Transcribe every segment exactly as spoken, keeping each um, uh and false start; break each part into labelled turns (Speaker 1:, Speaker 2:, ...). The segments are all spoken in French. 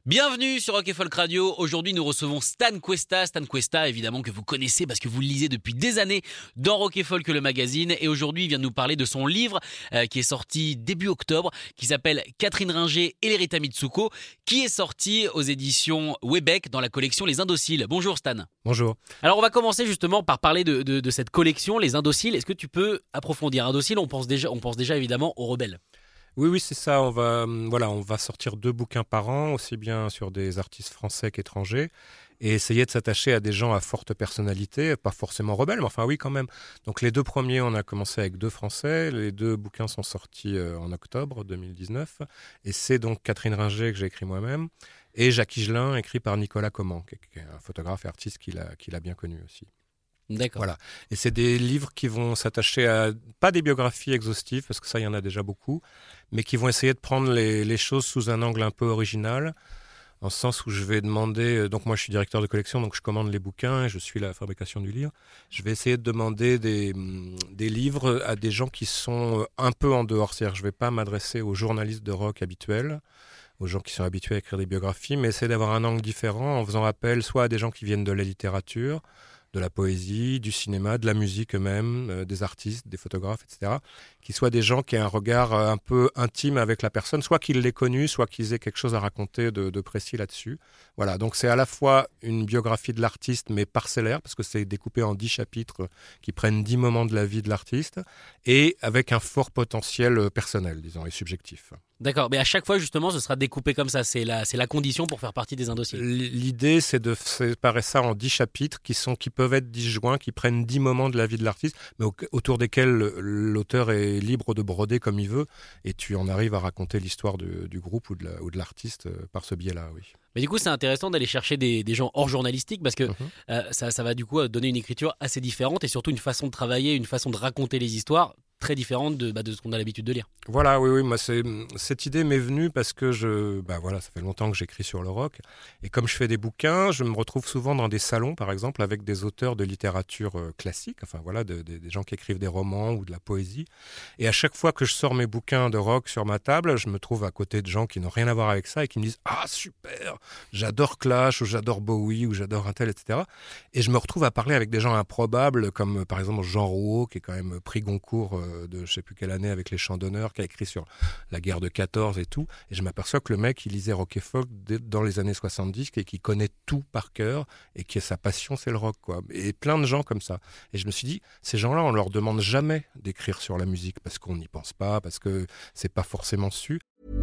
Speaker 1: Bienvenue sur Rock et Folk Radio. Aujourd'hui, nous recevons Stan Cuesta. Stan Cuesta, évidemment, que vous connaissez parce que vous le lisez depuis des années dans Rock et Folk, le magazine. Et aujourd'hui, il vient nous parler de son livre euh, qui est sorti début octobre, qui s'appelle Catherine Ringer et l'Erita Mitsuko, qui est sorti aux éditions Webec dans la collection Les Indociles. Bonjour Stan.
Speaker 2: Bonjour.
Speaker 1: Alors, on va commencer justement par parler de, de, de cette collection, Les Indociles. Est-ce que tu peux approfondir? Indociles, on pense déjà, on pense déjà évidemment aux rebelles.
Speaker 2: Oui, oui, c'est ça. On va, voilà, on va sortir deux bouquins par an, aussi bien sur des artistes français qu'étrangers, et essayer de s'attacher à des gens à forte personnalité, pas forcément rebelles, mais enfin oui quand même. Donc les deux premiers, on a commencé avec deux Français. Les deux bouquins sont sortis euh, en octobre deux mille dix-neuf, et c'est donc Catherine Ringer que j'ai écrit moi-même, et Jacques Higelin, écrit par Nicolas Comment, qui est un photographe et artiste qu'il a, qu'il a bien connu aussi.
Speaker 1: D'accord.
Speaker 2: Voilà. Et c'est des livres qui vont s'attacher à, pas des biographies exhaustives, parce que ça, il y en a déjà beaucoup, mais qui vont essayer de prendre les, les choses sous un angle un peu original, en ce sens où je vais demander, donc moi je suis directeur de collection, donc je commande les bouquins et je suis la fabrication du livre. Je vais essayer de demander des, des livres à des gens qui sont un peu en dehors, c'est-à-dire que je ne vais pas m'adresser aux journalistes de rock habituels, aux gens qui sont habitués à écrire des biographies, mais essayer d'avoir un angle différent en faisant appel soit à des gens qui viennent de la littérature, de la poésie, du cinéma, de la musique eux-mêmes, euh, des artistes, des photographes, et cetera, qui soient des gens qui aient un regard euh, un peu intime avec la personne, soit qu'ils l'aient connu, soit qu'ils aient quelque chose à raconter de, de précis là-dessus. Voilà, donc c'est à la fois une biographie de l'artiste, mais parcellaire, parce que c'est découpé en dix chapitres qui prennent dix moments de la vie de l'artiste, et avec un fort potentiel personnel, disons, et subjectif.
Speaker 1: D'accord, mais à chaque fois justement ce sera découpé comme ça, c'est la, c'est la condition pour faire partie des Indociles.
Speaker 2: L'idée c'est de séparer ça en dix chapitres qui, sont, qui peuvent être disjoints, qui prennent dix moments de la vie de l'artiste, mais au, autour desquels l'auteur est libre de broder comme il veut, et tu en arrives à raconter l'histoire du, du groupe ou de, la, ou de l'artiste par ce biais-là, oui.
Speaker 1: Mais du coup, c'est intéressant d'aller chercher des, des gens hors journalistique parce que
Speaker 2: Mm-hmm.
Speaker 1: euh, ça, ça va du coup donner une écriture assez différente et surtout une façon de travailler, une façon de raconter les histoires très différente de, bah, de ce qu'on a l'habitude de lire.
Speaker 2: Voilà, oui, oui, moi, c'est, cette idée m'est venue parce que je, bah voilà, ça fait longtemps que j'écris sur le rock. Et comme je fais des bouquins, je me retrouve souvent dans des salons, par exemple, avec des auteurs de littérature euh, classique, enfin voilà, de, de, des gens qui écrivent des romans ou de la poésie. Et à chaque fois que je sors mes bouquins de rock sur ma table, je me trouve à côté de gens qui n'ont rien à voir avec ça et qui me disent « Ah, super, j'adore Clash, ou j'adore Bowie, ou j'adore un tel, et cetera » Et je me retrouve à parler avec des gens improbables, comme par exemple Jean Rouault, qui est quand même prix Goncourt euh, de je ne sais plus quelle année avec les Chants d'honneur, qui a écrit sur la guerre de quatorze et tout. Et je m'aperçois que le mec, il lisait rock et folk dans les années soixante-dix et qu'il connaît tout par cœur et que sa passion, c'est le rock, quoi. Et plein de gens comme ça. Et je me suis dit, ces gens-là, on leur demande jamais d'écrire sur la musique parce qu'on n'y pense pas, parce que c'est pas forcément su.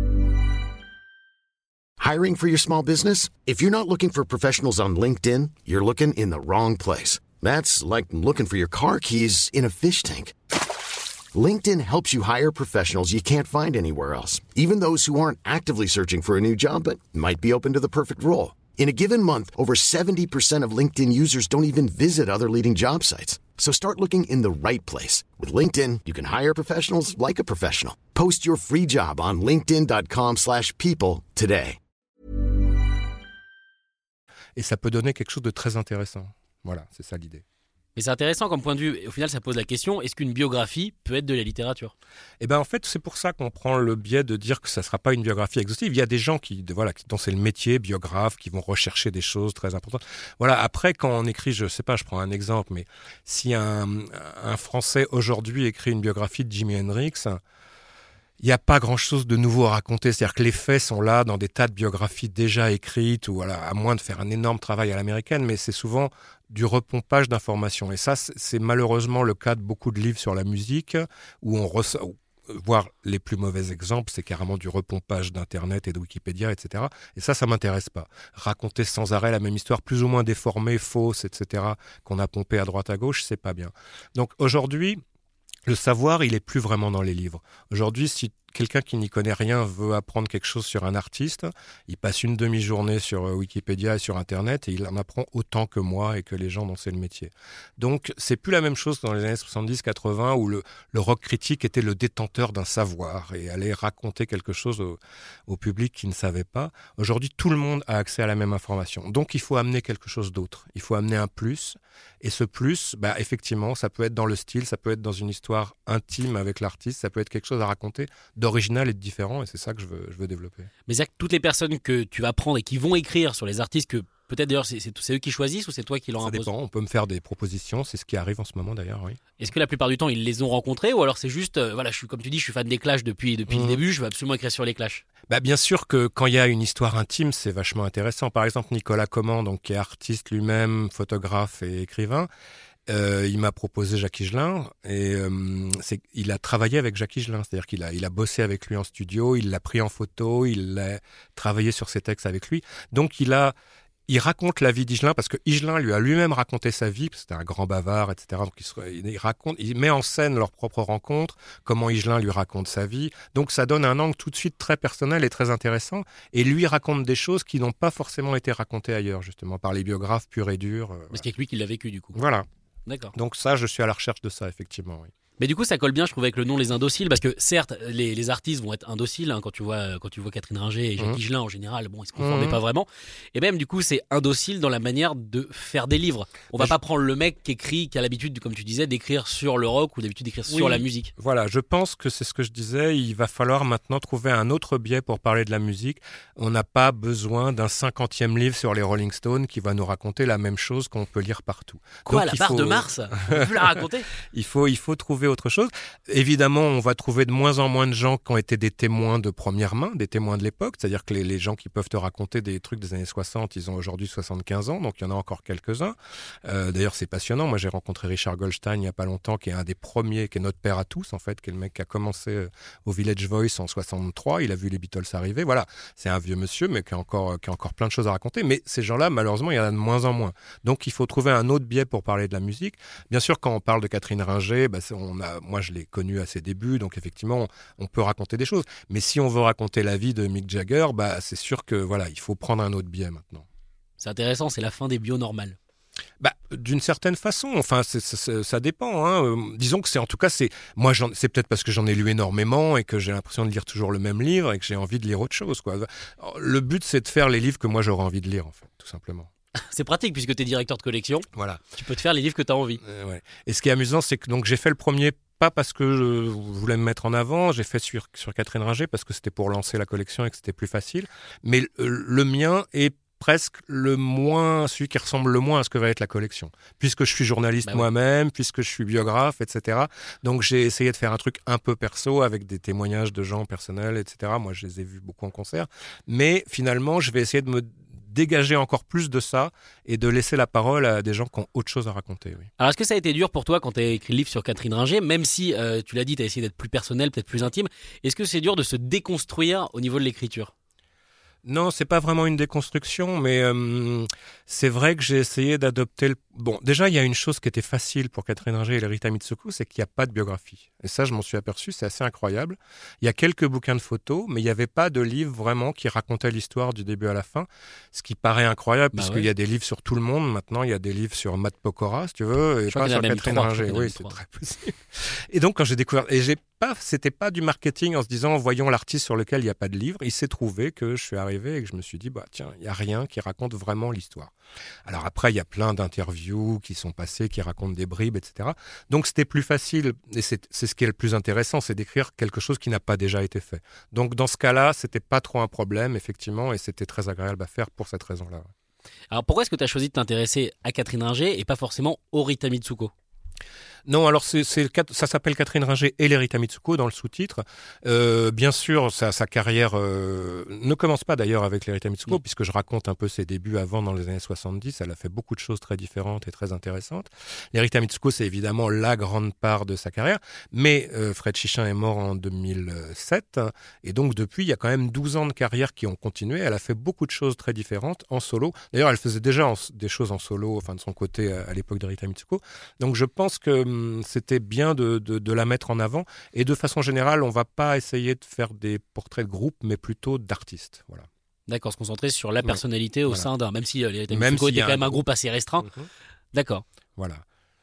Speaker 3: Hiring for your small business? If you're not looking for professionals on LinkedIn, you're looking in the wrong place. That's like looking for your car keys in a fish tank. LinkedIn helps you hire professionals you can't find anywhere else, even those who aren't actively searching for a new job but might be open to the perfect role. In a given month, over seventy percent of LinkedIn users don't even visit other leading job sites. So start looking in the right place. With LinkedIn, you can hire professionals like a professional. Post your free job on linkedin dot com slash people today.
Speaker 2: Et ça peut donner quelque chose de très intéressant. Voilà, c'est ça l'idée.
Speaker 1: Mais c'est intéressant comme point de vue. Et au final, ça pose la question, est-ce qu'une biographie peut être de la littérature ?
Speaker 2: Eh ben en fait, c'est pour ça qu'on prend le biais de dire que ça ne sera pas une biographie exhaustive. Il y a des gens qui, voilà, dont c'est le métier, biographe, qui vont rechercher des choses très importantes. Voilà, après, quand on écrit, je ne sais pas, je prends un exemple, mais si un, un Français aujourd'hui écrit une biographie de Jimi Hendrix, il n'y a pas grand-chose de nouveau à raconter. C'est-à-dire que les faits sont là dans des tas de biographies déjà écrites, ou voilà, à moins de faire un énorme travail à l'américaine, mais c'est souvent du repompage d'informations. Et ça, c'est malheureusement le cas de beaucoup de livres sur la musique, où on ressort, voire les plus mauvais exemples, c'est carrément du repompage d'Internet et de Wikipédia, et cetera. Et ça, ça ne m'intéresse pas. Raconter sans arrêt la même histoire, plus ou moins déformée, fausse, et cetera, qu'on a pompé à droite à gauche, c'est pas bien. Donc aujourd'hui, le savoir, il est plus vraiment dans les livres. Aujourd'hui, si quelqu'un qui n'y connaît rien veut apprendre quelque chose sur un artiste, il passe une demi-journée sur Wikipédia et sur Internet et il en apprend autant que moi et que les gens dont c'est le métier. Donc, c'est plus la même chose que dans les années soixante-dix quatre-vingts où le, le rock critique était le détenteur d'un savoir et allait raconter quelque chose au, au public qui ne savait pas. Aujourd'hui, tout le monde a accès à la même information. Donc, il faut amener quelque chose d'autre. Il faut amener un plus. Et ce plus, bah, effectivement, ça peut être dans le style, ça peut être dans une histoire intime avec l'artiste, ça peut être quelque chose à raconter d'original et de différent, et c'est ça que je veux, je veux développer.
Speaker 1: Mais c'est-à-dire que toutes les personnes que tu vas prendre et qui vont écrire sur les artistes que peut-être d'ailleurs c'est, c'est, c'est eux qui choisissent ou c'est toi qui leur
Speaker 2: Ça
Speaker 1: imposes?
Speaker 2: dépend, on peut me faire des propositions, c'est ce qui arrive en ce moment d'ailleurs, oui.
Speaker 1: Est-ce que la plupart du temps ils les ont rencontrés ou alors c'est juste, euh, voilà, je suis comme tu dis, je suis fan des Clash depuis, depuis
Speaker 2: Mmh.
Speaker 1: le début, je veux absolument écrire sur les Clash.
Speaker 2: Bah, bien sûr que quand il y a une histoire intime, c'est vachement intéressant. Par exemple, Nicolas Comment, donc, qui est artiste lui-même, photographe et écrivain, euh, il m'a proposé Jacques Higelin et euh, c'est, il a travaillé avec Jacques Higelin, c'est-à-dire qu'il a, il a bossé avec lui en studio, il l'a pris en photo, il a travaillé sur ses textes avec lui. Donc il a Il raconte la vie d'Higelin parce que Higelin lui a lui-même raconté sa vie, parce que c'était un grand bavard, et cetera. Donc il, se, il raconte, il met en scène leur propre rencontre, comment Higelin lui raconte sa vie. Donc ça donne un angle tout de suite très personnel et très intéressant. Et lui raconte des choses qui n'ont pas forcément été racontées ailleurs, justement, par les biographes purs et durs. Euh,
Speaker 1: Parce
Speaker 2: voilà.
Speaker 1: qu'il y a que lui qui l'a vécu du coup.
Speaker 2: Voilà.
Speaker 1: D'accord.
Speaker 2: Donc ça, je suis à la recherche de ça, effectivement. Oui.
Speaker 1: Mais du coup, ça colle bien, je trouve, avec le nom Les Indociles, parce que certes, les, les artistes vont être indociles, hein, quand tu vois, quand tu vois Catherine Ringer et Jacques
Speaker 2: Mmh.
Speaker 1: Higelin en général, bon, ils se conformaient
Speaker 2: Mmh.
Speaker 1: pas vraiment. Et même, du coup, c'est indocile dans la manière de faire des livres. On va
Speaker 2: Je-
Speaker 1: pas prendre le mec qui écrit, qui a l'habitude, comme tu disais, d'écrire sur le rock ou d'habitude d'écrire
Speaker 2: Oui.
Speaker 1: sur la musique.
Speaker 2: Voilà, je pense que c'est ce que je disais, il va falloir maintenant trouver un autre biais pour parler de la musique. On n'a pas besoin d'un cinquantième livre sur les Rolling Stones qui va nous raconter la même chose qu'on peut lire partout.
Speaker 1: Quoi,
Speaker 2: Donc,
Speaker 1: la
Speaker 2: il
Speaker 1: barre
Speaker 2: faut-
Speaker 1: de Mars? On peut la raconter?
Speaker 2: Il faut, il faut trouver autre chose. Évidemment, on va trouver de moins en moins de gens qui ont été des témoins de première main, des témoins de l'époque. C'est-à-dire que les, les gens qui peuvent te raconter des trucs des années soixante, ils ont aujourd'hui soixante-quinze ans, donc il y en a encore quelques-uns. Euh, d'ailleurs, c'est passionnant. Moi, j'ai rencontré Richard Goldstein il n'y a pas longtemps, qui est un des premiers, qui est notre père à tous, en fait, qui est le mec qui a commencé euh, au Village Voice en soixante-trois. Il a vu les Beatles arriver. Voilà, c'est un vieux monsieur, mais qui a encore, qui a encore plein de choses à raconter. Mais ces gens-là, malheureusement, il y en a de moins en moins. Donc, il faut trouver un autre biais pour parler de la musique. Bien sûr, quand on parle de Catherine Ringer, bah, c'est- on a, moi, je l'ai connue à ses débuts, donc effectivement, on, on peut raconter des choses. Mais si on veut raconter la vie de Mick Jagger, bah, c'est sûr que voilà, il faut prendre un autre biais maintenant.
Speaker 1: C'est intéressant, c'est la fin des bios normales.
Speaker 2: Bah, d'une certaine façon, enfin, c'est, c'est, c'est, ça dépend. Hein. Euh, disons que c'est, en tout cas, c'est, moi, j'en, c'est peut-être parce que j'en ai lu énormément et que j'ai l'impression de lire toujours le même livre et que j'ai envie de lire autre chose, quoi. Le but, c'est de faire les livres que moi j'aurais envie de lire, en fait, tout simplement.
Speaker 1: C'est pratique puisque tu es directeur de collection,
Speaker 2: Voilà.
Speaker 1: tu peux te faire les livres que tu as envie.
Speaker 2: Euh, ouais. Et ce qui est amusant, c'est que donc j'ai fait le premier. Pas parce que je voulais me mettre en avant, j'ai fait sur, sur Catherine Ringer parce que c'était pour lancer la collection et que c'était plus facile. Mais le, le mien est presque le moins, celui qui ressemble le moins à ce que va être la collection. Puisque je suis journaliste
Speaker 1: Bah oui.
Speaker 2: moi-même, puisque je suis biographe, et cetera. Donc j'ai essayé de faire un truc un peu perso avec des témoignages de gens personnels, et cetera. Moi, je les ai vus beaucoup en concert. Mais finalement, je vais essayer de me dégager encore plus de ça et de laisser la parole à des gens qui ont autre chose à raconter. Oui.
Speaker 1: Alors, est-ce que ça a été dur pour toi quand tu as écrit le livre sur Catherine Ringer, même si, euh, tu l'as dit, tu as essayé d'être plus personnel, peut-être plus intime, est-ce que c'est dur de se déconstruire au niveau de l'écriture?
Speaker 2: Non, c'est pas vraiment une déconstruction, mais euh, c'est vrai que j'ai essayé d'adopter le... Bon, déjà, il y a une chose qui était facile pour Catherine Ringer et Rita Mitsuko, c'est qu'il n'y a pas de biographie. Et ça, je m'en suis aperçu, c'est assez incroyable. Il y a quelques bouquins de photos, mais il n'y avait pas de livre vraiment qui racontait l'histoire du début à la fin, ce qui paraît incroyable,
Speaker 1: Bah
Speaker 2: puisqu'il
Speaker 1: ouais.
Speaker 2: y a des livres sur tout le monde. Maintenant, il y a des livres sur Matt Pokora, si tu veux, et
Speaker 1: Je crois
Speaker 2: pas
Speaker 1: qu'il y en
Speaker 2: sur
Speaker 1: a même
Speaker 2: Catherine
Speaker 1: trois, je crois
Speaker 2: Ringer.
Speaker 1: qu'il y en a
Speaker 2: Oui,
Speaker 1: même
Speaker 2: c'est
Speaker 1: trois.
Speaker 2: très possible. Et donc, quand j'ai découvert... Et j'ai pas, c'était pas du marketing en se disant, voyons l'artiste sur lequel il n'y a pas de livre. Il s'est trouvé que je suis arrivé et que je me suis dit, bah tiens, il n'y a rien qui raconte vraiment l'histoire. Alors après, il y a plein d'interviews qui sont passées, qui racontent des bribes, et cetera. Donc c'était plus facile, et c'est, c'est ce qui est le plus intéressant, c'est d'écrire quelque chose qui n'a pas déjà été fait. Donc dans ce cas-là, c'était pas trop un problème, effectivement, et c'était très agréable à faire pour cette raison-là.
Speaker 1: Alors, pourquoi est-ce que tu as choisi de t'intéresser à Catherine Ringer et pas forcément au Rita Mitsuko?
Speaker 2: Non, alors c'est, c'est le cat- ça s'appelle Catherine Ringer et les Rita Mitsuko dans le sous-titre. Euh, bien sûr, sa, sa carrière euh, ne commence pas d'ailleurs avec les Rita Mitsuko,
Speaker 1: Non.
Speaker 2: puisque je raconte un peu ses débuts avant dans les années soixante-dix. Elle a fait beaucoup de choses très différentes et très intéressantes. Les Rita Mitsuko, c'est évidemment la grande part de sa carrière, mais euh, Fred Chichin est mort en deux mille sept, et donc depuis, il y a quand même douze ans de carrière qui ont continué. Elle a fait beaucoup de choses très différentes en solo. D'ailleurs, elle faisait déjà en- des choses en solo, enfin de son côté à, à l'époque de Rita Mitsuko. Donc je pense que hum, c'était bien de, de, de la mettre en avant. Et de façon générale, on va pas essayer de faire des portraits de groupe, mais plutôt d'artistes. Voilà.
Speaker 1: D'accord, se concentrer sur la personnalité au
Speaker 2: voilà.
Speaker 1: sein d'un, même si euh, les Rita
Speaker 2: Même
Speaker 1: Mitsuko
Speaker 2: s'il y
Speaker 1: était
Speaker 2: a
Speaker 1: quand
Speaker 2: un
Speaker 1: même un
Speaker 2: groupe.
Speaker 1: groupe assez restreint.
Speaker 2: Mhm.
Speaker 1: D'accord.
Speaker 2: Voilà.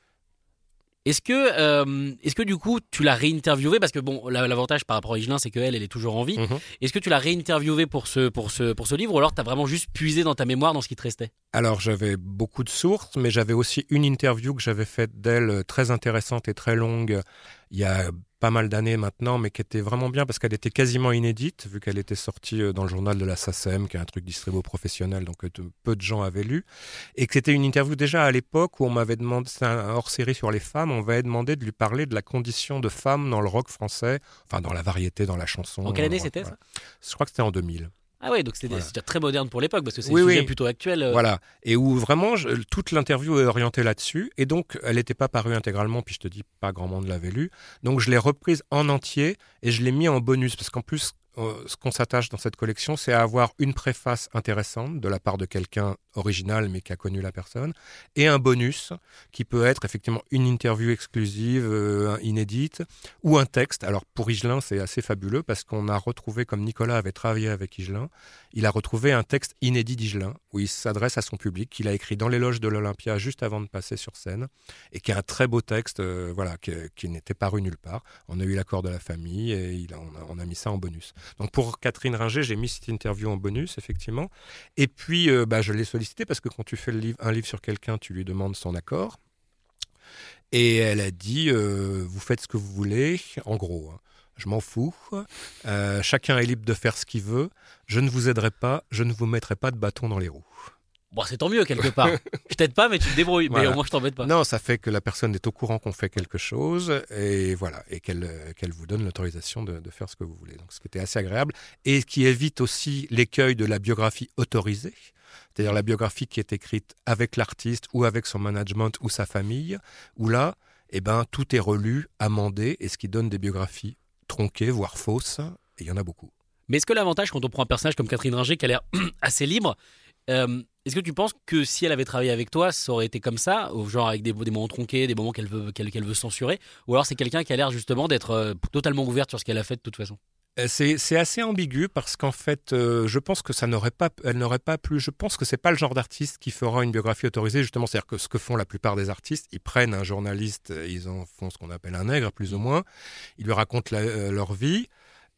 Speaker 1: Est-ce que, euh, est-ce que du coup, tu l'as réinterviewée parce que bon, la- l'avantage par rapport à Higelin, c'est qu'elle, elle est toujours en vie.
Speaker 2: Mhm.
Speaker 1: Est-ce que tu l'as réinterviewée pour ce, pour ce, pour ce livre ou alors tu as vraiment juste puisé dans ta mémoire dans ce qui te restait?
Speaker 2: Alors, j'avais beaucoup de sources, mais j'avais aussi une interview que j'avais faite d'elle, très intéressante et très longue, il y a pas mal d'années maintenant, mais qui était vraiment bien parce qu'elle était quasiment inédite, vu qu'elle était sortie dans le journal de la S A C E M, qui est un truc distribué professionnel, donc peu de gens avaient lu, et que c'était une interview déjà à l'époque où on m'avait demandé, c'est un hors-série sur les femmes, on m'avait demandé de lui parler de la condition de femme dans le rock français, enfin dans la variété, dans la chanson.
Speaker 1: En quelle année c'était
Speaker 2: voilà.
Speaker 1: ça ?
Speaker 2: Je crois que c'était en deux mille.
Speaker 1: Ah ouais, donc c'était
Speaker 2: Voilà.
Speaker 1: c'était très moderne pour l'époque, parce que c'est
Speaker 2: Oui,
Speaker 1: un sujet
Speaker 2: oui.
Speaker 1: plutôt actuel. euh.
Speaker 2: Voilà, et où vraiment je- toute l'interview est orientée là-dessus, et donc elle n'était pas parue intégralement, puis je te dis, pas grand monde l'avait lue, donc je l'ai reprise en entier, et je l'ai mis en bonus, parce qu'en plus, euh, ce qu'on s'attache dans cette collection, c'est à avoir une préface intéressante de la part de quelqu'un original, mais qui a connu la personne, et un bonus, qui peut être effectivement une interview exclusive, euh, inédite, ou un texte. Alors pour Higelin, c'est assez fabuleux, parce qu'on a retrouvé, comme Nicolas avait travaillé avec Higelin, il a retrouvé un texte inédit d'Higelin, où il s'adresse à son public, qu'il a écrit dans les loges de l'Olympia juste avant de passer sur scène, et qui est un très beau texte, euh, voilà, qui, qui n'était paru nulle part. On a eu l'accord de la famille, et il a, on, a, on a mis ça en bonus. Donc pour Catherine Ringer, j'ai mis cette interview en bonus, effectivement. Et puis, euh, bah, je l'ai sollicité, parce que quand tu fais le livre, un livre sur quelqu'un, tu lui demandes son accord. Et elle a dit, euh, vous faites ce que vous voulez, en gros, hein. Je m'en fous. Euh, chacun est libre de faire ce qu'il veut. Je ne vous aiderai pas. Je ne vous mettrai pas de bâton dans les roues.
Speaker 1: Bon, c'est tant mieux quelque part. Je t'aide pas, mais tu te débrouilles.
Speaker 2: Voilà.
Speaker 1: Mais au moins, je t'embête pas.
Speaker 2: Non, ça fait que la personne est au courant qu'on fait quelque chose et voilà, et qu'elle euh, qu'elle vous donne l'autorisation de, de faire ce que vous voulez. Donc, ce qui était assez agréable et qui évite aussi l'écueil de la biographie autorisée, c'est-à-dire la biographie qui est écrite avec l'artiste ou avec son management ou sa famille, où là, eh ben, tout est relu, amendé, et ce qui donne des biographies tronquées, voire fausses, et il y en a beaucoup.
Speaker 1: Mais est-ce que l'avantage, quand on prend un personnage comme Catherine Ringer qui a l'air assez libre, euh, est-ce que tu penses que si elle avait travaillé avec toi, ça aurait été comme ça, au genre avec des, des moments tronqués, des moments qu'elle veut, qu'elle, qu'elle veut censurer, ou alors c'est quelqu'un qui a l'air justement d'être euh, totalement ouverte sur ce qu'elle a fait de toute façon?
Speaker 2: C'est, c'est assez ambigu parce qu'en fait, euh, je pense que ça n'aurait pas, elle n'aurait pas plu. Je pense que c'est pas le genre d'artiste qui fera une biographie autorisée. Justement, c'est-à-dire que ce que font la plupart des artistes, ils prennent un journaliste, ils en font ce qu'on appelle un nègre, plus ou moins. Ils lui racontent la, euh, leur vie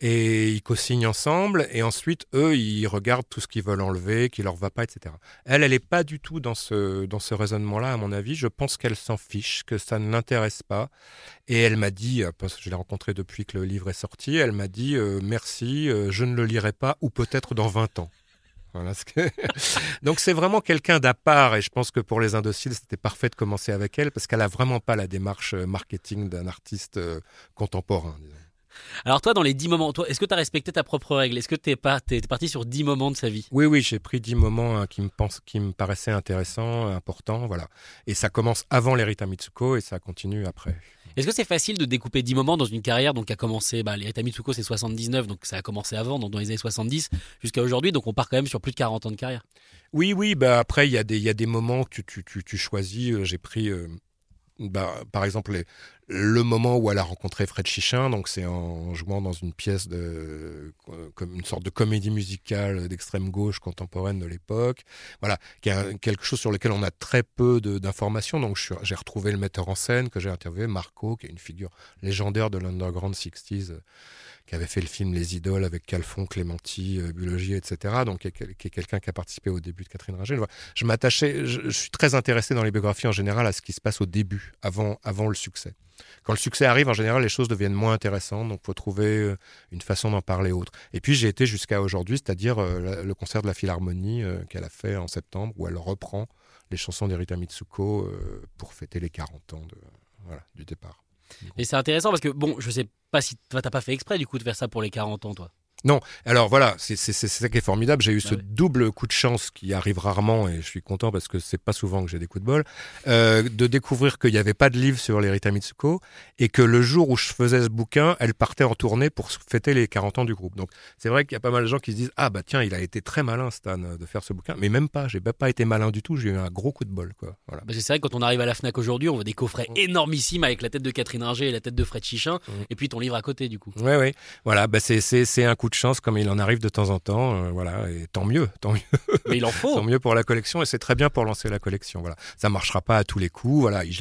Speaker 2: et ils co-signent ensemble. Et ensuite, eux, ils regardent tout ce qu'ils veulent enlever, qui leur va pas, et cetera. Elle, elle est pas du tout dans ce dans ce raisonnement-là, à mon avis. Je pense qu'elle s'en fiche, que ça ne l'intéresse pas. Et elle m'a dit, parce que je l'ai rencontrée depuis que le livre est sorti, elle m'a dit euh, merci, euh, je ne le lirai pas, ou peut-être dans vingt ans. Voilà ce que... Donc c'est vraiment quelqu'un d'à part, et je pense que pour les indociles, c'était parfait de commencer avec elle, parce qu'elle a vraiment pas la démarche marketing d'un artiste euh, contemporain, disons.
Speaker 1: Alors toi, dans les dix moments, toi, est-ce que tu as respecté ta propre règle? Est-ce que tu es parti sur dix moments de sa vie?
Speaker 2: Oui, oui, j'ai pris dix moments hein, qui, me pense, qui me paraissaient intéressants, importants, voilà. Et ça commence avant l'Erita Mitsuko et ça continue après.
Speaker 1: Est-ce que c'est facile de découper dix moments dans une carrière donc, qui a commencé, bah, l'Erita Mitsuko c'est soixante-dix-neuf, donc ça a commencé avant, donc dans les années soixante-dix jusqu'à aujourd'hui, donc on part quand même sur plus de quarante ans de carrière.
Speaker 2: Oui, oui, bah après il y, y a des moments que tu, tu, tu, tu choisis, euh, j'ai pris... Euh... Bah, par exemple, les, le moment où elle a rencontré Fred Chichin, donc c'est en jouant dans une pièce de, comme une sorte de comédie musicale d'extrême gauche contemporaine de l'époque, voilà, qui est quelque chose sur lequel on a très peu de, d'informations. Donc je, j'ai retrouvé le metteur en scène que j'ai interviewé, Marco, qui est une figure légendaire de l'underground soixante, euh, qui avait fait le film Les Idoles avec Calfon, Clémenti, euh, Bulogier, et cetera. Donc qui est, qui est quelqu'un qui a participé au début de Catherine Ringer. Je m'attachais, je, je suis très intéressé dans les biographies en général à ce qui se passe au début, avant, avant le succès. Quand le succès arrive, en général, les choses deviennent moins intéressantes, donc il faut trouver une façon d'en parler autre. Et puis j'ai été jusqu'à aujourd'hui, c'est-à-dire euh, le concert de la Philharmonie euh, qu'elle a fait en septembre, où elle reprend les chansons d'Erita Mitsuko euh, pour fêter les quarante ans de, voilà, du départ.
Speaker 1: Et c'est intéressant parce que, bon, je sais pas si toi t'as pas fait exprès du coup de faire ça pour les quarante ans, toi.
Speaker 2: Non, alors voilà, c'est, c'est, c'est ça qui est formidable. J'ai eu
Speaker 1: bah
Speaker 2: ce
Speaker 1: ouais.
Speaker 2: double coup de chance qui arrive rarement, et je suis content parce que c'est pas souvent que j'ai des coups de bol, euh, de découvrir qu'il n'y avait pas de livre sur l'Erita Mitsuko, et que le jour où je faisais ce bouquin, elle partait en tournée pour fêter les quarante ans du groupe. Donc c'est vrai qu'il y a pas mal de gens qui se disent « Ah bah tiens, il a été très malin Stan de faire ce bouquin », mais même pas, j'ai même pas été malin du tout, j'ai eu un gros coup de bol, quoi. Voilà.
Speaker 1: Parce que c'est vrai que quand on arrive à la Fnac aujourd'hui, on voit des coffrets mmh. énormissimes avec la tête de Catherine Ringer et la tête de Fred Chichin, mmh. et puis ton livre à côté du coup.
Speaker 2: Oui, oui, voilà, bah c'est, c'est, c'est un coup de chance comme il en arrive de temps en temps, euh, voilà, et tant mieux, tant mieux.
Speaker 1: Mais il en faut.
Speaker 2: Tant mieux pour la collection, et c'est très bien pour lancer la collection, voilà. Ça marchera pas à tous les coups, voilà. Higelin, il y a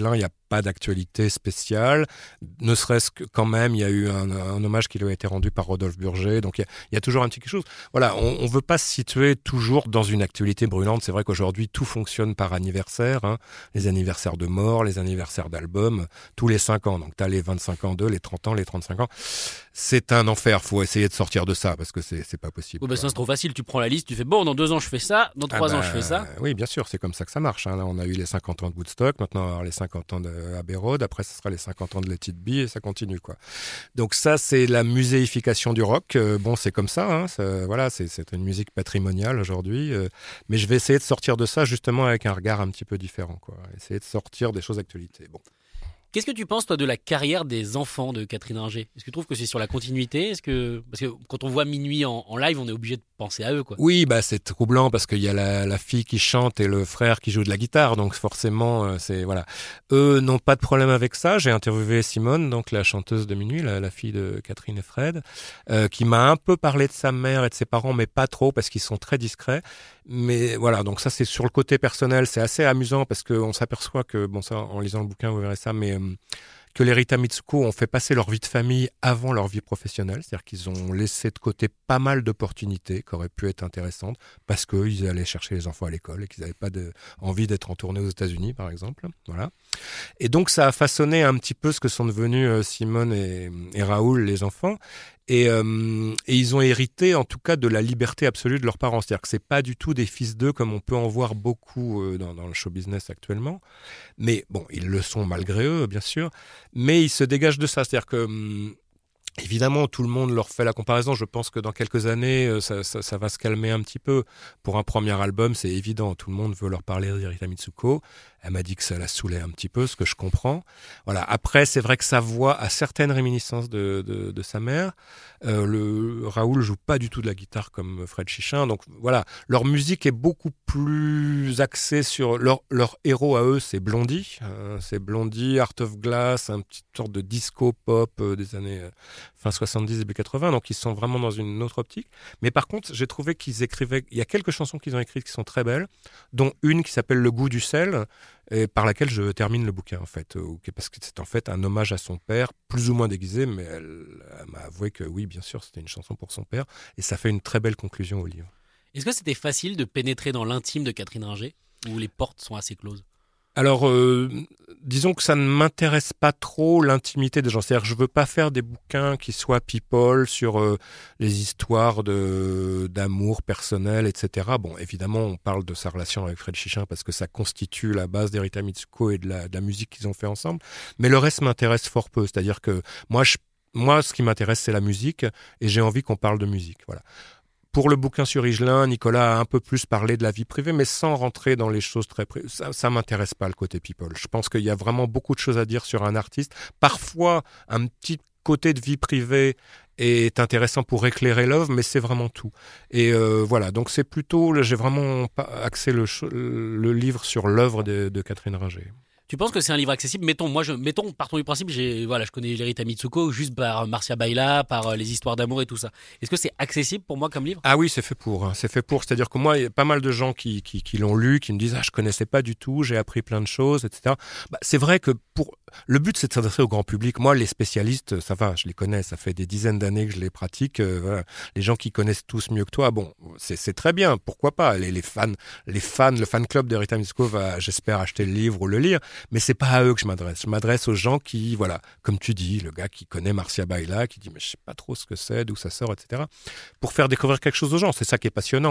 Speaker 2: pas d'actualité spéciale, ne serait-ce que quand même, il y a eu un, un hommage qui lui a été rendu par Rodolphe Burger, donc il y a, il y a toujours un petit quelque chose. Voilà, on ne veut pas se situer toujours dans une actualité brûlante. C'est vrai qu'aujourd'hui, tout fonctionne par anniversaire, hein. Les anniversaires de mort, les anniversaires d'albums, tous les cinq ans. Donc tu as les vingt-cinq ans d'eux, les trente ans, les trente-cinq ans. C'est un enfer, faut essayer de sortir de ça, parce que c'est, c'est pas possible.
Speaker 1: Oh bah ça c'est trop facile, tu prends la liste, tu fais bon, dans deux ans je fais ça, dans trois
Speaker 2: ah bah,
Speaker 1: ans je fais ça.
Speaker 2: Oui, bien sûr, c'est comme ça que ça marche, hein. Là, on a eu les cinquante ans de Woodstock, maintenant on va avoir les cinquante ans de Abbey Road, après ce sera les cinquante ans de Let It Be, et ça continue, quoi. Donc ça, c'est la muséification du rock. Euh, bon, c'est comme ça, hein. Ça, voilà, c'est, c'est une musique patrimoniale aujourd'hui, euh, mais je vais essayer de sortir de ça justement avec un regard un petit peu différent, quoi. Essayer de sortir des choses d'actualité. Bon.
Speaker 1: Qu'est-ce que tu penses, toi, de la carrière des enfants de Catherine Ringer ? Est-ce que tu trouves que c'est sur la continuité ? Est-ce que... Parce que quand on voit Minuit en, en live, on est obligé de penser à eux, quoi.
Speaker 2: Oui, bah, c'est troublant parce qu'il y a la, la fille qui chante et le frère qui joue de la guitare. Donc forcément, euh, c'est... Voilà. Eux n'ont pas de problème avec ça. J'ai interviewé Simone, donc la chanteuse de Minuit, la, la fille de Catherine et Fred, euh, qui m'a un peu parlé de sa mère et de ses parents, mais pas trop parce qu'ils sont très discrets. Mais voilà, donc ça, c'est sur le côté personnel. C'est assez amusant parce qu'on s'aperçoit que, bon, ça, en lisant le bouquin, vous verrez ça, mais... Euh, que les Rita Mitsuko ont fait passer leur vie de famille avant leur vie professionnelle, c'est-à-dire qu'ils ont laissé de côté pas mal d'opportunités qui auraient pu être intéressantes parce qu'ils allaient chercher les enfants à l'école et qu'ils n'avaient pas de, envie d'être en tournée aux États-Unis, par exemple. Voilà. Et donc ça a façonné un petit peu ce que sont devenus Simone et, et Raoul, les enfants. Et, euh, et ils ont hérité, en tout cas, de la liberté absolue de leurs parents. C'est-à-dire que c'est pas du tout des fils d'eux comme on peut en voir beaucoup euh, dans, dans le show business actuellement. Mais bon, ils le sont malgré eux, bien sûr. Mais ils se dégagent de ça. C'est-à-dire que... Hum, évidemment, tout le monde leur fait la comparaison. Je pense que dans quelques années, ça, ça, ça va se calmer un petit peu. Pour un premier album, c'est évident. Tout le monde veut leur parler de Rita Mitsuko. Elle m'a dit que ça la saoulait un petit peu, ce que je comprends. Voilà. Après, c'est vrai que sa voix a certaines réminiscences de, de, de sa mère. Euh, le Raoul joue pas du tout de la guitare comme Fred Chichin. Donc voilà, leur musique est beaucoup plus axée sur leur, leur héros à eux, c'est Blondie. Euh, c'est Blondie, Heart of Glass, un petit sorte de disco pop euh, des années euh, fin soixante-dix, début quatre-vingts. Donc ils sont vraiment dans une autre optique. Mais par contre, j'ai trouvé qu'ils écrivaient. Il y a quelques chansons qu'ils ont écrites qui sont très belles, dont une qui s'appelle Le goût du sel, et par laquelle je termine le bouquin en fait, parce que c'est en fait un hommage à son père, plus ou moins déguisé, mais elle, elle m'a avoué que oui, bien sûr, c'était une chanson pour son père, et ça fait une très belle conclusion au livre.
Speaker 1: Est-ce que c'était facile de pénétrer dans l'intime de Catherine Ringer, où les portes sont assez closes ?
Speaker 2: Alors, euh, disons que ça ne m'intéresse pas trop l'intimité des gens. C'est-à-dire que je veux pas faire des bouquins qui soient people sur euh, les histoires de d'amour personnel, et cetera. Bon, évidemment, on parle de sa relation avec Fred Chichin parce que ça constitue la base des Rita Mitsuko et de la, de la musique qu'ils ont fait ensemble. Mais le reste m'intéresse fort peu. C'est-à-dire que moi, je, moi, ce qui m'intéresse, c'est la musique et j'ai envie qu'on parle de musique. Voilà. Pour le bouquin sur Higelin, Nicolas a un peu plus parlé de la vie privée, mais sans rentrer dans les choses très privées. Ça, ça m'intéresse pas, le côté people. Je pense qu'il y a vraiment beaucoup de choses à dire sur un artiste. Parfois, un petit côté de vie privée est intéressant pour éclairer l'œuvre, mais c'est vraiment tout. Et euh, voilà, donc c'est plutôt... J'ai vraiment axé le, le livre sur l'œuvre de, de Catherine Ringer.
Speaker 1: Tu penses que c'est un livre accessible ? Mettons, moi, je, mettons, partons du principe, j'ai, voilà, je connais les Rita Mitsuko juste par Marcia Baila, par les histoires d'amour et tout ça. Est-ce que c'est accessible pour moi comme livre ?
Speaker 2: Ah oui, c'est fait pour. Hein. C'est fait pour. C'est-à-dire que moi, il y a pas mal de gens qui, qui, qui l'ont lu, qui me disent « Ah, je connaissais pas du tout, j'ai appris plein de choses, et cetera » Bah, c'est vrai que pour... le but, c'est de s'adresser au grand public. Moi, les spécialistes, ça va, je les connais. Ça fait des dizaines d'années que je les pratique. Euh, voilà. Les gens qui connaissent tous mieux que toi, bon, c'est, c'est très bien. Pourquoi pas ? Les, les fans, les fans, le fan club de Rita Mitsuko va, j'espère, acheter le livre ou le lire. Mais c'est pas à eux que je m'adresse. Je m'adresse aux gens qui, voilà, comme tu dis, le gars qui connaît Marcia Baila, qui dit mais je sais pas trop ce que c'est, d'où ça sort, et cetera. Pour faire découvrir quelque chose aux gens, c'est ça qui est passionnant.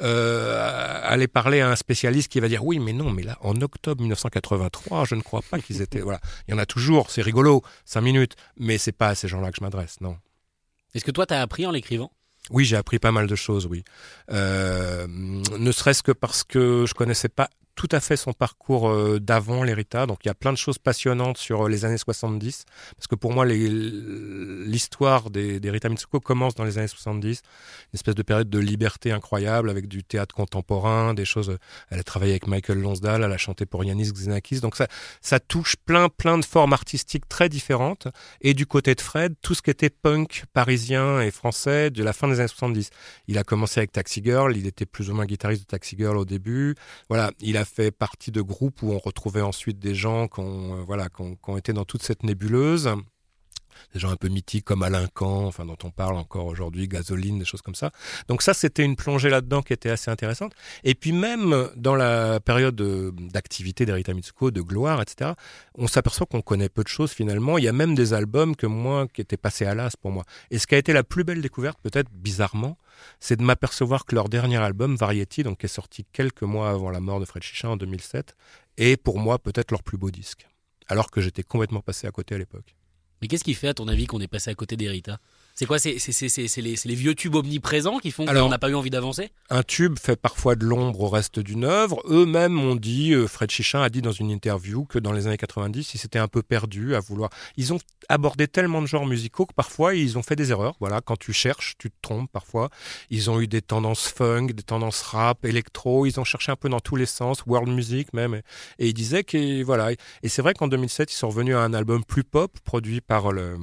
Speaker 2: Euh, aller parler à un spécialiste qui va dire oui, mais non, mais là, en octobre dix-neuf cent quatre-vingt-trois, je ne crois pas qu'ils étaient. Voilà, il y en a toujours, c'est rigolo, cinq minutes, mais c'est pas à ces gens-là que je m'adresse, non.
Speaker 1: Est-ce que toi, t'as appris en l'écrivant ?
Speaker 2: Oui, j'ai appris pas mal de choses, oui. Euh, ne serait-ce que parce que je connaissais pas tout à fait son parcours euh, d'avant les Rita. Donc il y a plein de choses passionnantes sur euh, les années soixante-dix, parce que pour moi les, l'histoire des, des Rita Mitsuko commence dans les années soixante-dix, une espèce de période de liberté incroyable avec du théâtre contemporain, des choses. Elle a travaillé avec Michael Lonsdale, elle a chanté pour Yannis Xenakis, donc ça, ça touche plein plein de formes artistiques très différentes. Et du côté de Fred, tout ce qui était punk parisien et français de la fin des années soixante-dix. Il a commencé avec Taxi Girl, il était plus ou moins guitariste de Taxi Girl au début. Voilà, il a a fait partie de groupes où on retrouvait ensuite des gens qui ont, euh, voilà, qui ont, qui ont été dans toute cette nébuleuse. Des gens un peu mythiques comme Alain Kahn, enfin, dont on parle encore aujourd'hui, Gasoline, des choses comme ça. Donc ça, c'était une plongée là-dedans qui était assez intéressante. Et puis même dans la période d'activité d'Erita Mitsuko, de gloire, et cetera, on s'aperçoit qu'on connaît peu de choses finalement. Il y a même des albums que moi, qui étaient passés à l'as pour moi. Et ce qui a été la plus belle découverte, peut-être bizarrement, c'est de m'apercevoir que leur dernier album, Variety, donc qui est sorti quelques mois avant la mort de Fred Chichin en deux mille sept, est pour moi peut-être leur plus beau disque. Alors que j'étais complètement passé à côté à l'époque.
Speaker 1: Mais qu'est-ce qui fait, à ton avis, qu'on est passé à côté d'Erita ? C'est quoi ? C'est, c'est, c'est, c'est, c'est, les, c'est les vieux tubes omniprésents qui font qu'on n'a pas eu envie d'avancer ?
Speaker 2: Un tube fait parfois de l'ombre au reste d'une œuvre. Eux-mêmes ont dit, euh, Fred Chichin a dit dans une interview que dans les années quatre-vingt-dix, ils s'étaient un peu perdus à vouloir... Ils ont abordé tellement de genres musicaux que parfois, ils ont fait des erreurs. Voilà, quand tu cherches, tu te trompes parfois. Ils ont eu des tendances funk, des tendances rap, électro. Ils ont cherché un peu dans tous les sens, world music même. Et, et ils disaient que... Voilà. Et c'est vrai qu'en deux mille sept, ils sont revenus à un album plus pop, produit par le...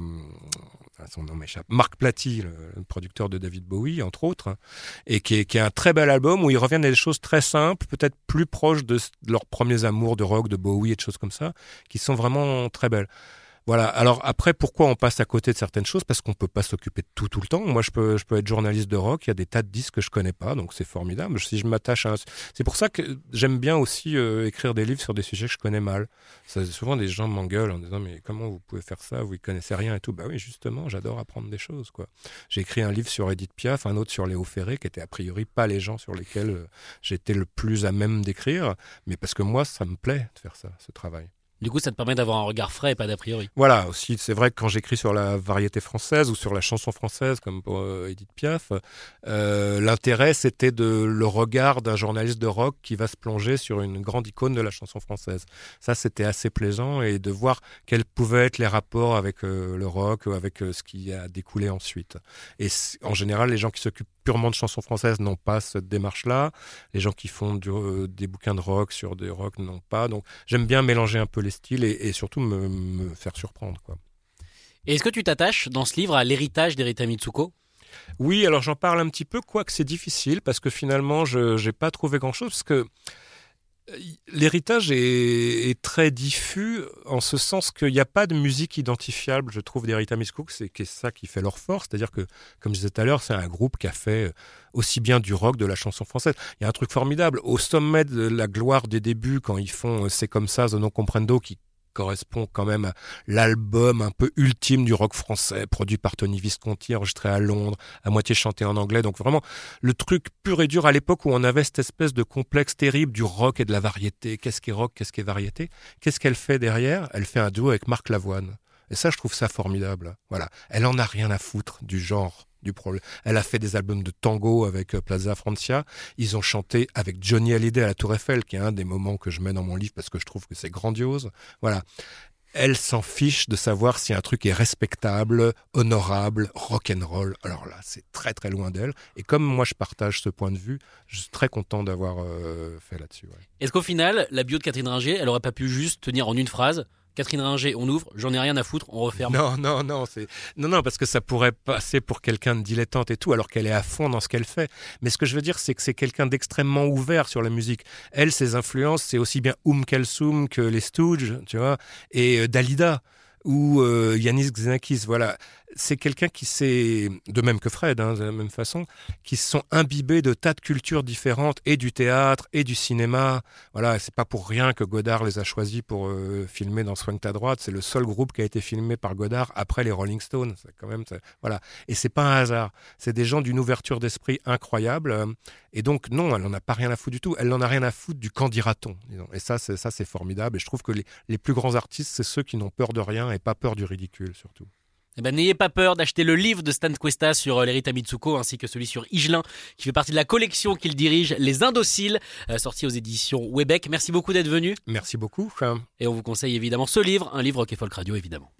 Speaker 2: son nom m'échappe, Marc Platy, le, le producteur de David Bowie, entre autres, hein, et qui est, qui est un très bel album où ils reviennent à des choses très simples, peut-être plus proches de, de leurs premiers amours de rock, de Bowie et de choses comme ça, qui sont vraiment très belles. Voilà. Alors après, pourquoi on passe à côté de certaines choses ? Parce qu'on peut pas s'occuper de tout tout le temps. Moi, je peux, je peux être journaliste de rock. Il y a des tas de disques que je connais pas, donc c'est formidable. Si je m'attache à, un... c'est pour ça que j'aime bien aussi euh, écrire des livres sur des sujets que je connais mal. Ça, souvent, des gens m'engueulent en disant mais comment vous pouvez faire ça ? Vous y connaissez rien et tout. Bah oui, justement, j'adore apprendre des choses, quoi. J'ai écrit un livre sur Edith Piaf, un autre sur Léo Ferré, qui étaient a priori pas les gens sur lesquels euh, j'étais le plus à même d'écrire, mais parce que moi, ça me plaît de faire ça, ce travail.
Speaker 1: Du coup, ça te permet d'avoir un regard frais et pas d'a priori.
Speaker 2: Voilà, aussi, c'est vrai que quand j'écris sur la variété française ou sur la chanson française, comme pour euh, Edith Piaf, euh, l'intérêt, c'était de le regard d'un journaliste de rock qui va se plonger sur une grande icône de la chanson française. Ça, c'était assez plaisant, et de voir quels pouvaient être les rapports avec euh, le rock, avec euh, ce qui a découlé ensuite. Et en général, les gens qui s'occupent purement de chansons françaises n'ont pas cette démarche-là. Les gens qui font du, euh, des bouquins de rock sur des rock n'ont pas. Donc, j'aime bien mélanger un peu les styles et, et surtout me, me faire surprendre, quoi.
Speaker 1: Et est-ce que tu t'attaches dans ce livre à l'héritage d'Erita Mitsuko ?
Speaker 2: Oui, alors j'en parle un petit peu, quoique c'est difficile, parce que finalement, je n'ai pas trouvé grand-chose, parce que l'héritage est, est très diffus, en ce sens qu'il n'y a pas de musique identifiable, je trouve, d'Erita Mitsuko, c'est, c'est ça qui fait leur force. C'est-à-dire que, comme je disais tout à l'heure, c'est un groupe qui a fait aussi bien du rock, de la chanson française. Il y a un truc formidable, au sommet de la gloire des débuts, quand ils font C'est comme ça, The Non Comprendo, qui correspond quand même à l'album un peu ultime du rock français, produit par Tony Visconti, enregistré à Londres, à moitié chanté en anglais. Donc vraiment, le truc pur et dur à l'époque où on avait cette espèce de complexe terrible du rock et de la variété. Qu'est-ce qui est rock, qu'est-ce qui est variété ? Qu'est-ce qu'elle fait derrière ? Elle fait un duo avec Marc Lavoine. Et ça, je trouve ça formidable. Voilà. Elle en a rien à foutre du genre. Du problème. Elle a fait des albums de tango avec Plaza Francia. Ils ont chanté avec Johnny Hallyday à la Tour Eiffel, qui est un des moments que je mets dans mon livre parce que je trouve que c'est grandiose. Voilà. Elle s'en fiche de savoir si un truc est respectable, honorable, rock'n'roll. Alors là, c'est très très loin d'elle. Et comme moi, je partage ce point de vue, je suis très content d'avoir euh, fait là-dessus. Ouais.
Speaker 1: Est-ce qu'au final, la bio de Catherine Ringer, elle aurait pas pu juste tenir en une phrase ? Catherine Ringer, on ouvre, j'en ai rien à foutre, on referme.
Speaker 2: Non, non, non, c'est... non, non, parce que ça pourrait passer pour quelqu'un de dilettante et tout, alors qu'elle est à fond dans ce qu'elle fait. Mais ce que je veux dire, c'est que c'est quelqu'un d'extrêmement ouvert sur la musique. Elle, ses influences, c'est aussi bien Oum Kalsoum que les Stooges, tu vois, et euh, Dalida ou euh, Yanis Xenakis, voilà. C'est quelqu'un qui s'est, de même que Fred, hein, de la même façon, qui se sont imbibés de tas de cultures différentes, et du théâtre, et du cinéma. Voilà, c'est pas pour rien que Godard les a choisis pour euh, filmer dans Soigne ta droite. C'est le seul groupe qui a été filmé par Godard après les Rolling Stones. C'est quand même, c'est, voilà. Et c'est pas un hasard. C'est des gens d'une ouverture d'esprit incroyable. Euh, et donc, non, elle en a pas rien à foutre du tout. Elle n'en a rien à foutre du qu'en dira-t-on, disons. Et ça, c'est, ça, c'est formidable. Et je trouve que les, les plus grands artistes, c'est ceux qui n'ont peur de rien et pas peur du ridicule, surtout.
Speaker 1: Eh ben, n'ayez pas peur d'acheter le livre de Stan Cuesta sur euh, l'Erita Mitsuko ainsi que celui sur Higelin qui fait partie de la collection qu'il dirige, Les Indociles, euh, sorti aux éditions Webec. Merci beaucoup d'être venu.
Speaker 2: Merci beaucoup.
Speaker 1: Et on vous conseille évidemment ce livre, un livre Rock et Folk Radio évidemment.